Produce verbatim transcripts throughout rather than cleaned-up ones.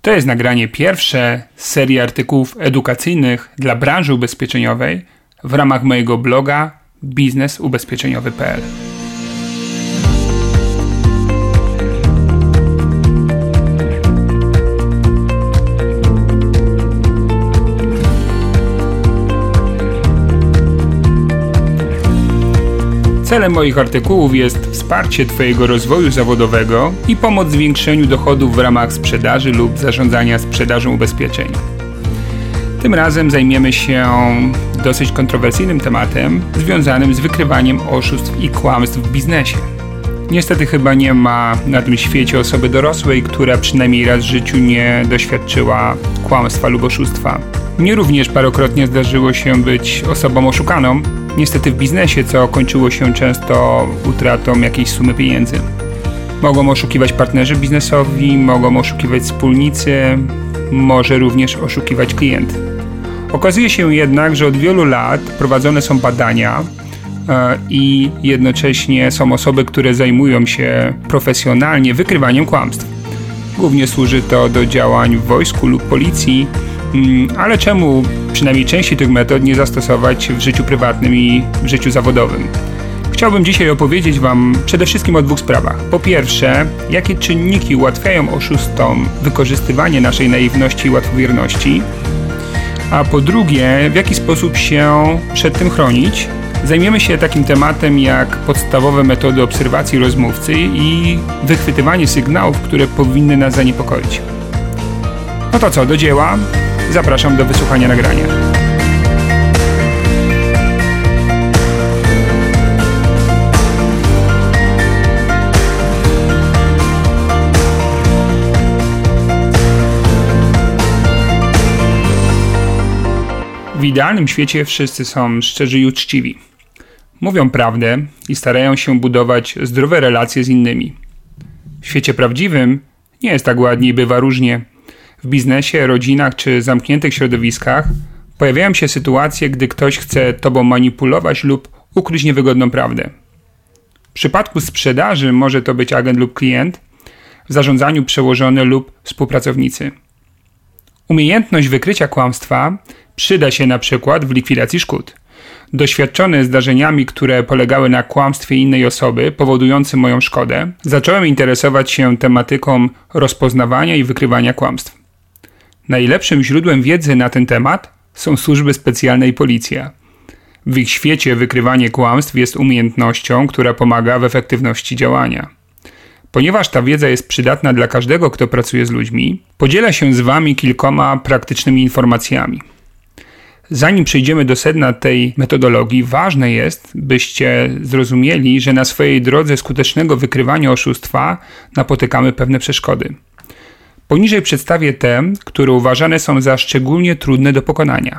To jest nagranie pierwsze z serii artykułów edukacyjnych dla branży ubezpieczeniowej w ramach mojego bloga biznes ubezpieczeniowy kropka p l. Celem moich artykułów jest wsparcie Twojego rozwoju zawodowego i pomoc w zwiększeniu dochodów w ramach sprzedaży lub zarządzania sprzedażą ubezpieczeń. Tym razem zajmiemy się dosyć kontrowersyjnym tematem związanym z wykrywaniem oszustw i kłamstw w biznesie. Niestety chyba nie ma na tym świecie osoby dorosłej, która przynajmniej raz w życiu nie doświadczyła kłamstwa lub oszustwa. Mnie również parokrotnie zdarzyło się być osobą oszukaną, niestety w biznesie, co kończyło się często utratą jakiejś sumy pieniędzy. Mogą oszukiwać partnerzy biznesowi, mogą oszukiwać wspólnicy, może również oszukiwać klient. Okazuje się jednak, że od wielu lat prowadzone są badania yy, i jednocześnie są osoby, które zajmują się profesjonalnie wykrywaniem kłamstw. Głównie służy to do działań w wojsku lub policji, ale czemu przynajmniej części tych metod nie zastosować w życiu prywatnym i w życiu zawodowym? Chciałbym dzisiaj opowiedzieć Wam przede wszystkim o dwóch sprawach. Po pierwsze, jakie czynniki ułatwiają oszustom wykorzystywanie naszej naiwności i łatwowierności, a po drugie, w jaki sposób się przed tym chronić. Zajmiemy się takim tematem jak podstawowe metody obserwacji rozmówcy i wychwytywanie sygnałów, które powinny nas zaniepokoić. No to co, do dzieła? Zapraszam do wysłuchania nagrania. W idealnym świecie wszyscy są szczerzy i uczciwi. Mówią prawdę i starają się budować zdrowe relacje z innymi. W świecie prawdziwym nie jest tak ładnie i bywa różnie. W biznesie, rodzinach czy zamkniętych środowiskach pojawiają się sytuacje, gdy ktoś chce Tobą manipulować lub ukryć niewygodną prawdę. W przypadku sprzedaży może to być agent lub klient, w zarządzaniu przełożony lub współpracownicy. Umiejętność wykrycia kłamstwa przyda się na przykład w likwidacji szkód. Doświadczony zdarzeniami, które polegały na kłamstwie innej osoby powodującym moją szkodę, zacząłem interesować się tematyką rozpoznawania i wykrywania kłamstw. Najlepszym źródłem wiedzy na ten temat są służby specjalne i policja. W ich świecie wykrywanie kłamstw jest umiejętnością, która pomaga w efektywności działania. Ponieważ ta wiedza jest przydatna dla każdego, kto pracuje z ludźmi, podzielę się z Wami kilkoma praktycznymi informacjami. Zanim przejdziemy do sedna tej metodologii, ważne jest, byście zrozumieli, że na swojej drodze skutecznego wykrywania oszustwa napotykamy pewne przeszkody. Poniżej przedstawię te, które uważane są za szczególnie trudne do pokonania.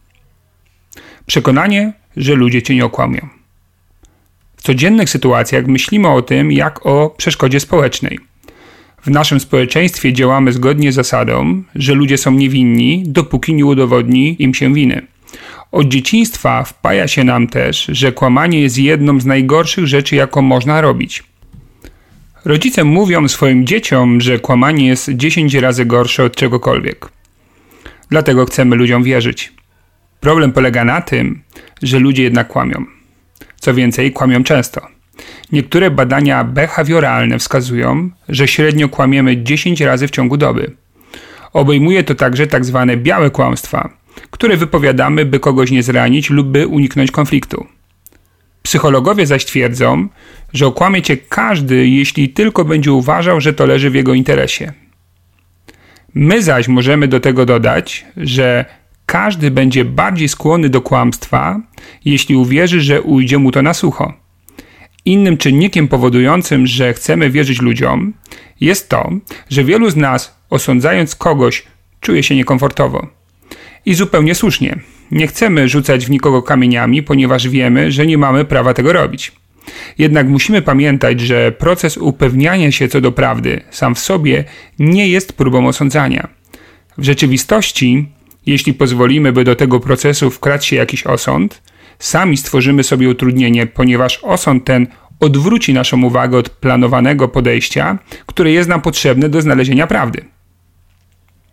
Przekonanie, że ludzie Cię nie okłamią. W codziennych sytuacjach myślimy o tym jak o przeszkodzie społecznej. W naszym społeczeństwie działamy zgodnie z zasadą, że ludzie są niewinni, dopóki nie udowodni im się winy. Od dzieciństwa wpaja się nam też, że kłamanie jest jedną z najgorszych rzeczy, jaką można robić. Rodzice mówią swoim dzieciom, że kłamanie jest dziesięć razy gorsze od czegokolwiek. Dlatego chcemy ludziom wierzyć. Problem polega na tym, że ludzie jednak kłamią. Co więcej, kłamią często. Niektóre badania behawioralne wskazują, że średnio kłamiemy dziesięć razy w ciągu doby. Obejmuje to także tak zwane białe kłamstwa, które wypowiadamy, by kogoś nie zranić lub by uniknąć konfliktu. Psychologowie zaś twierdzą, że okłamie Cię każdy, jeśli tylko będzie uważał, że to leży w jego interesie. My zaś możemy do tego dodać, że każdy będzie bardziej skłonny do kłamstwa, jeśli uwierzy, że ujdzie mu to na sucho. Innym czynnikiem powodującym, że chcemy wierzyć ludziom, jest to, że wielu z nas, osądzając kogoś, czuje się niekomfortowo. I zupełnie słusznie. Nie chcemy rzucać w nikogo kamieniami, ponieważ wiemy, że nie mamy prawa tego robić. Jednak musimy pamiętać, że proces upewniania się co do prawdy sam w sobie nie jest próbą osądzania. W rzeczywistości, jeśli pozwolimy, by do tego procesu wkradł się jakiś osąd, sami stworzymy sobie utrudnienie, ponieważ osąd ten odwróci naszą uwagę od planowanego podejścia, które jest nam potrzebne do znalezienia prawdy.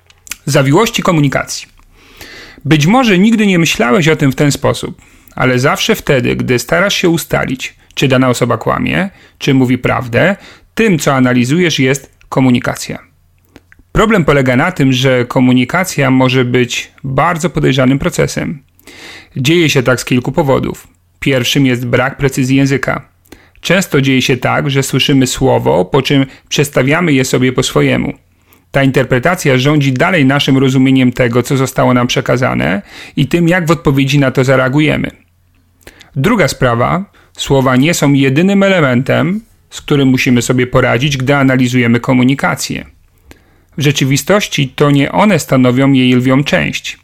Zawiłości komunikacji. Być może nigdy nie myślałeś o tym w ten sposób, ale zawsze wtedy, gdy starasz się ustalić, czy dana osoba kłamie, czy mówi prawdę, tym, co analizujesz, jest komunikacja. Problem polega na tym, że komunikacja może być bardzo podejrzanym procesem. Dzieje się tak z kilku powodów. Pierwszym jest brak precyzji języka. Często dzieje się tak, że słyszymy słowo, po czym przestawiamy je sobie po swojemu. Ta interpretacja rządzi dalej naszym rozumieniem tego, co zostało nam przekazane i tym, jak w odpowiedzi na to zareagujemy. Druga sprawa, słowa nie są jedynym elementem, z którym musimy sobie poradzić, gdy analizujemy komunikację. W rzeczywistości to nie one stanowią jej lwią część.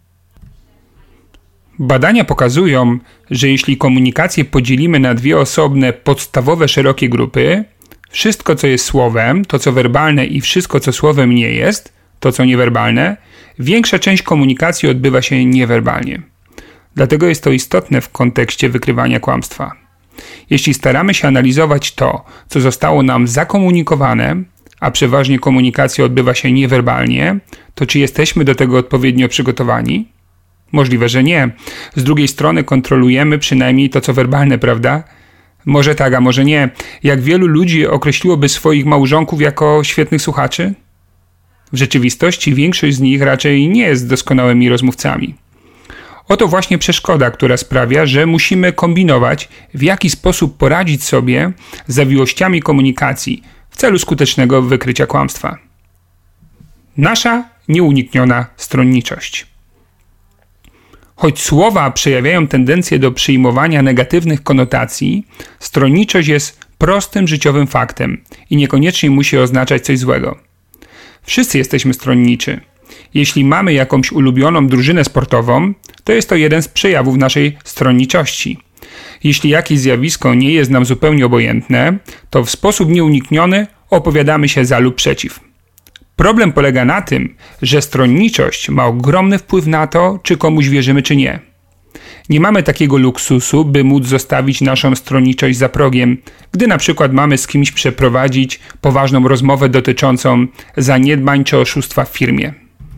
Badania pokazują, że jeśli komunikację podzielimy na dwie osobne, podstawowe, szerokie grupy, wszystko, co jest słowem, to co werbalne i wszystko, co słowem nie jest, to co niewerbalne, większa część komunikacji odbywa się niewerbalnie. Dlatego jest to istotne w kontekście wykrywania kłamstwa. Jeśli staramy się analizować to, co zostało nam zakomunikowane, a przeważnie komunikacja odbywa się niewerbalnie, to czy jesteśmy do tego odpowiednio przygotowani? Możliwe, że nie. Z drugiej strony kontrolujemy przynajmniej to, co werbalne, prawda? Może tak, a może nie. Jak wielu ludzi określiłoby swoich małżonków jako świetnych słuchaczy? W rzeczywistości większość z nich raczej nie jest doskonałymi rozmówcami. Oto właśnie przeszkoda, która sprawia, że musimy kombinować, w jaki sposób poradzić sobie z zawiłościami komunikacji w celu skutecznego wykrycia kłamstwa. Nasza nieunikniona stronniczość. Choć słowa przejawiają tendencję do przyjmowania negatywnych konotacji, stronniczość jest prostym życiowym faktem i niekoniecznie musi oznaczać coś złego. Wszyscy jesteśmy stronniczy. Jeśli mamy jakąś ulubioną drużynę sportową, to jest to jeden z przejawów naszej stronniczości. Jeśli jakieś zjawisko nie jest nam zupełnie obojętne, to w sposób nieunikniony opowiadamy się za lub przeciw. Problem polega na tym, że stronniczość ma ogromny wpływ na to, czy komuś wierzymy, czy nie. Nie mamy takiego luksusu, by móc zostawić naszą stronniczość za progiem, gdy na przykład mamy z kimś przeprowadzić poważną rozmowę dotyczącą zaniedbań czy oszustwa w firmie.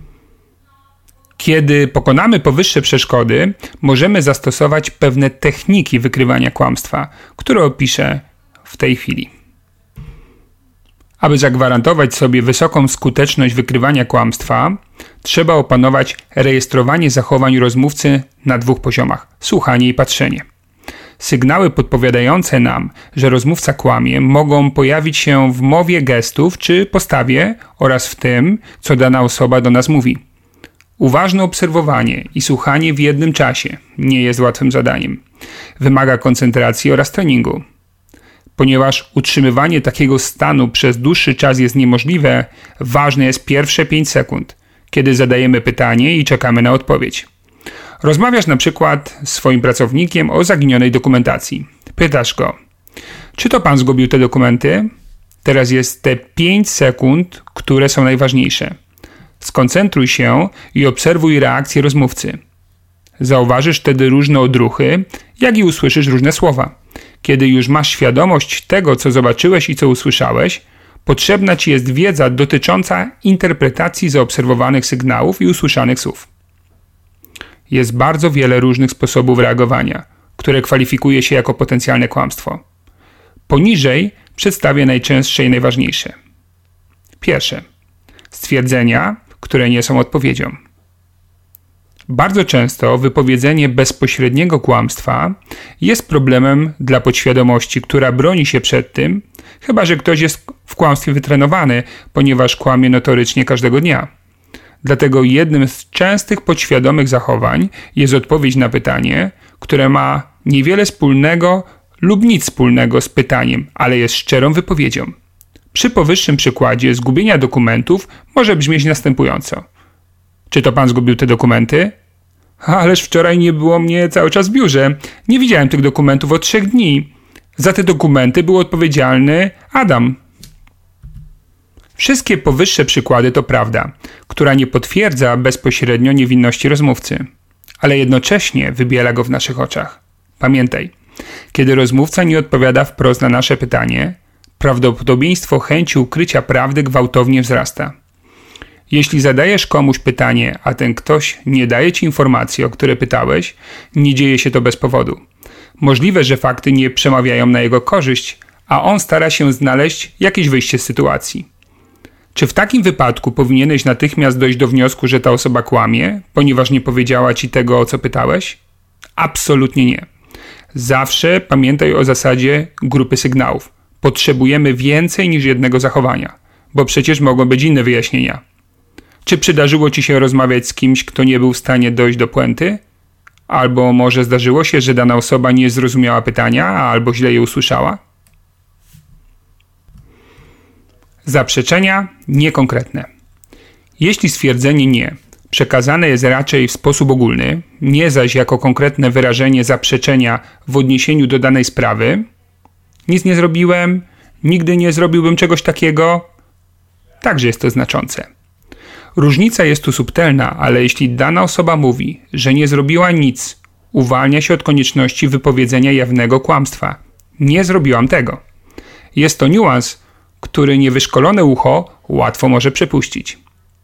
Kiedy pokonamy powyższe przeszkody, możemy zastosować pewne techniki wykrywania kłamstwa, które opiszę w tej chwili. Aby zagwarantować sobie wysoką skuteczność wykrywania kłamstwa, trzeba opanować rejestrowanie zachowań rozmówcy na dwóch poziomach – słuchanie i patrzenie. Sygnały podpowiadające nam, że rozmówca kłamie, mogą pojawić się w mowie gestów czy postawie oraz w tym, co dana osoba do nas mówi. Uważne obserwowanie i słuchanie w jednym czasie nie jest łatwym zadaniem. Wymaga koncentracji oraz treningu. Ponieważ utrzymywanie takiego stanu przez dłuższy czas jest niemożliwe, ważne jest pierwsze pięć sekund, kiedy zadajemy pytanie i czekamy na odpowiedź. Rozmawiasz na przykład z swoim pracownikiem o zaginionej dokumentacji. Pytasz go, czy to pan zgubił te dokumenty? Teraz jest te pięć sekund, które są najważniejsze. Skoncentruj się i obserwuj reakcję rozmówcy. Zauważysz wtedy różne odruchy, jak i usłyszysz różne słowa. Kiedy już masz świadomość tego, co zobaczyłeś i co usłyszałeś, potrzebna ci jest wiedza dotycząca interpretacji zaobserwowanych sygnałów i usłyszanych słów. Jest bardzo wiele różnych sposobów reagowania, które kwalifikuje się jako potencjalne kłamstwo. Poniżej przedstawię najczęstsze i najważniejsze. Pierwsze. Stwierdzenia, które nie są odpowiedzią. Bardzo często wypowiedzenie bezpośredniego kłamstwa jest problemem dla podświadomości, która broni się przed tym, chyba że ktoś jest w kłamstwie wytrenowany, ponieważ kłamie notorycznie każdego dnia. Dlatego jednym z częstych podświadomych zachowań jest odpowiedź na pytanie, które ma niewiele wspólnego lub nic wspólnego z pytaniem, ale jest szczerą wypowiedzią. Przy powyższym przykładzie zgubienia dokumentów może brzmieć następująco. Czy to pan zgubił te dokumenty? Ależ wczoraj nie było mnie cały czas w biurze. Nie widziałem tych dokumentów od trzech dni. Za te dokumenty był odpowiedzialny Adam. Wszystkie powyższe przykłady to prawda, która nie potwierdza bezpośrednio niewinności rozmówcy, ale jednocześnie wybiela go w naszych oczach. Pamiętaj, kiedy rozmówca nie odpowiada wprost na nasze pytanie, prawdopodobieństwo chęci ukrycia prawdy gwałtownie wzrasta. Jeśli zadajesz komuś pytanie, a ten ktoś nie daje ci informacji, o które pytałeś, nie dzieje się to bez powodu. Możliwe, że fakty nie przemawiają na jego korzyść, a on stara się znaleźć jakieś wyjście z sytuacji. Czy w takim wypadku powinieneś natychmiast dojść do wniosku, że ta osoba kłamie, ponieważ nie powiedziała ci tego, o co pytałeś? Absolutnie nie. Zawsze pamiętaj o zasadzie grupy sygnałów. Potrzebujemy więcej niż jednego zachowania, bo przecież mogą być inne wyjaśnienia. Czy przydarzyło ci się rozmawiać z kimś, kto nie był w stanie dojść do puenty? Albo może zdarzyło się, że dana osoba nie zrozumiała pytania, albo źle je usłyszała? Zaprzeczenia niekonkretne. Jeśli stwierdzenie nie przekazane jest raczej w sposób ogólny, nie zaś jako konkretne wyrażenie zaprzeczenia w odniesieniu do danej sprawy, nic nie zrobiłem, nigdy nie zrobiłbym czegoś takiego, także jest to znaczące. Różnica jest tu subtelna, ale jeśli dana osoba mówi, że nie zrobiła nic, uwalnia się od konieczności wypowiedzenia jawnego kłamstwa. Nie zrobiłam tego. Jest to niuans, który niewyszkolone ucho łatwo może przepuścić.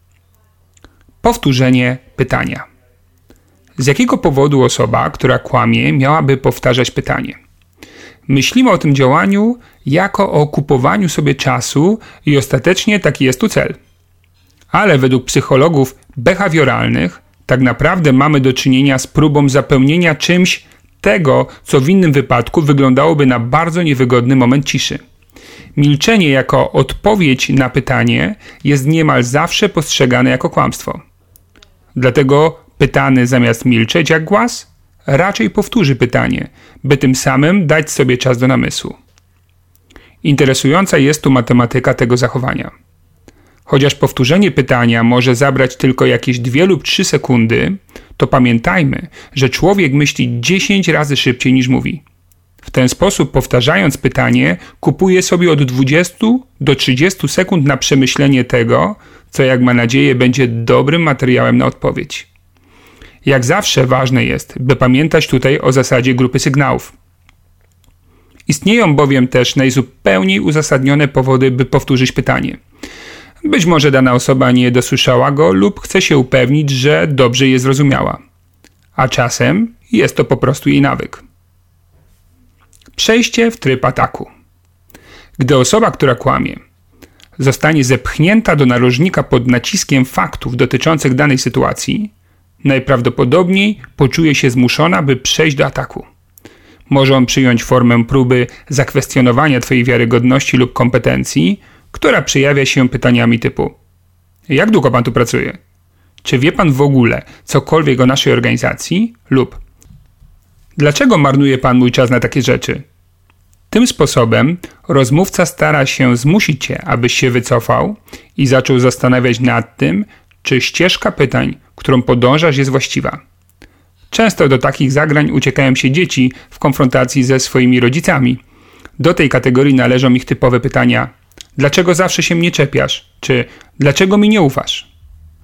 Powtórzenie pytania. Z jakiego powodu osoba, która kłamie, miałaby powtarzać pytanie? Myślimy o tym działaniu jako o kupowaniu sobie czasu i ostatecznie taki jest tu cel. Ale według psychologów behawioralnych tak naprawdę mamy do czynienia z próbą zapełnienia czymś tego, co w innym wypadku wyglądałoby na bardzo niewygodny moment ciszy. Milczenie jako odpowiedź na pytanie jest niemal zawsze postrzegane jako kłamstwo. Dlatego pytany zamiast milczeć jak głaz, raczej powtórzy pytanie, by tym samym dać sobie czas do namysłu. Interesująca jest tu matematyka tego zachowania. Chociaż powtórzenie pytania może zabrać tylko jakieś dwie lub trzy sekundy, to pamiętajmy, że człowiek myśli dziesięć razy szybciej niż mówi. W ten sposób, powtarzając pytanie, kupuje sobie od dwudziestu do trzydziestu sekund na przemyślenie tego, co jak ma nadzieję będzie dobrym materiałem na odpowiedź. Jak zawsze ważne jest, by pamiętać tutaj o zasadzie grupy sygnałów. Istnieją bowiem też najzupełniej uzasadnione powody, by powtórzyć pytanie. Być może dana osoba nie dosłyszała go lub chce się upewnić, że dobrze je zrozumiała. A czasem jest to po prostu jej nawyk. Przejście w tryb ataku. Gdy osoba, która kłamie, zostanie zepchnięta do narożnika pod naciskiem faktów dotyczących danej sytuacji, najprawdopodobniej poczuje się zmuszona, by przejść do ataku. Może on przyjąć formę próby zakwestionowania twojej wiarygodności lub kompetencji, która przejawia się pytaniami typu: jak długo pan tu pracuje? Czy wie pan w ogóle cokolwiek o naszej organizacji? Lub dlaczego marnuje pan mój czas na takie rzeczy? Tym sposobem rozmówca stara się zmusić cię, abyś się wycofał i zaczął zastanawiać nad tym, czy ścieżka pytań, którą podążasz, jest właściwa. Często do takich zagrań uciekają się dzieci w konfrontacji ze swoimi rodzicami. Do tej kategorii należą ich typowe pytania: dlaczego zawsze się mnie czepiasz? Czy dlaczego mi nie ufasz?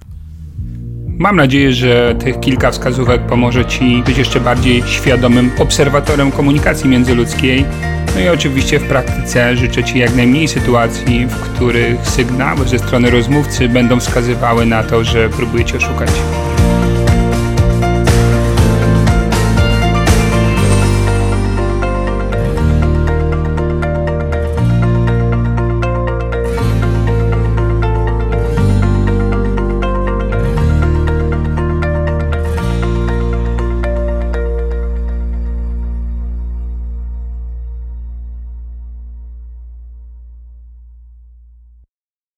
Mam nadzieję, że tych kilka wskazówek pomoże ci być jeszcze bardziej świadomym obserwatorem komunikacji międzyludzkiej. No i oczywiście w praktyce życzę ci jak najmniej sytuacji, w których sygnały ze strony rozmówcy będą wskazywały na to, że próbuje cię oszukać.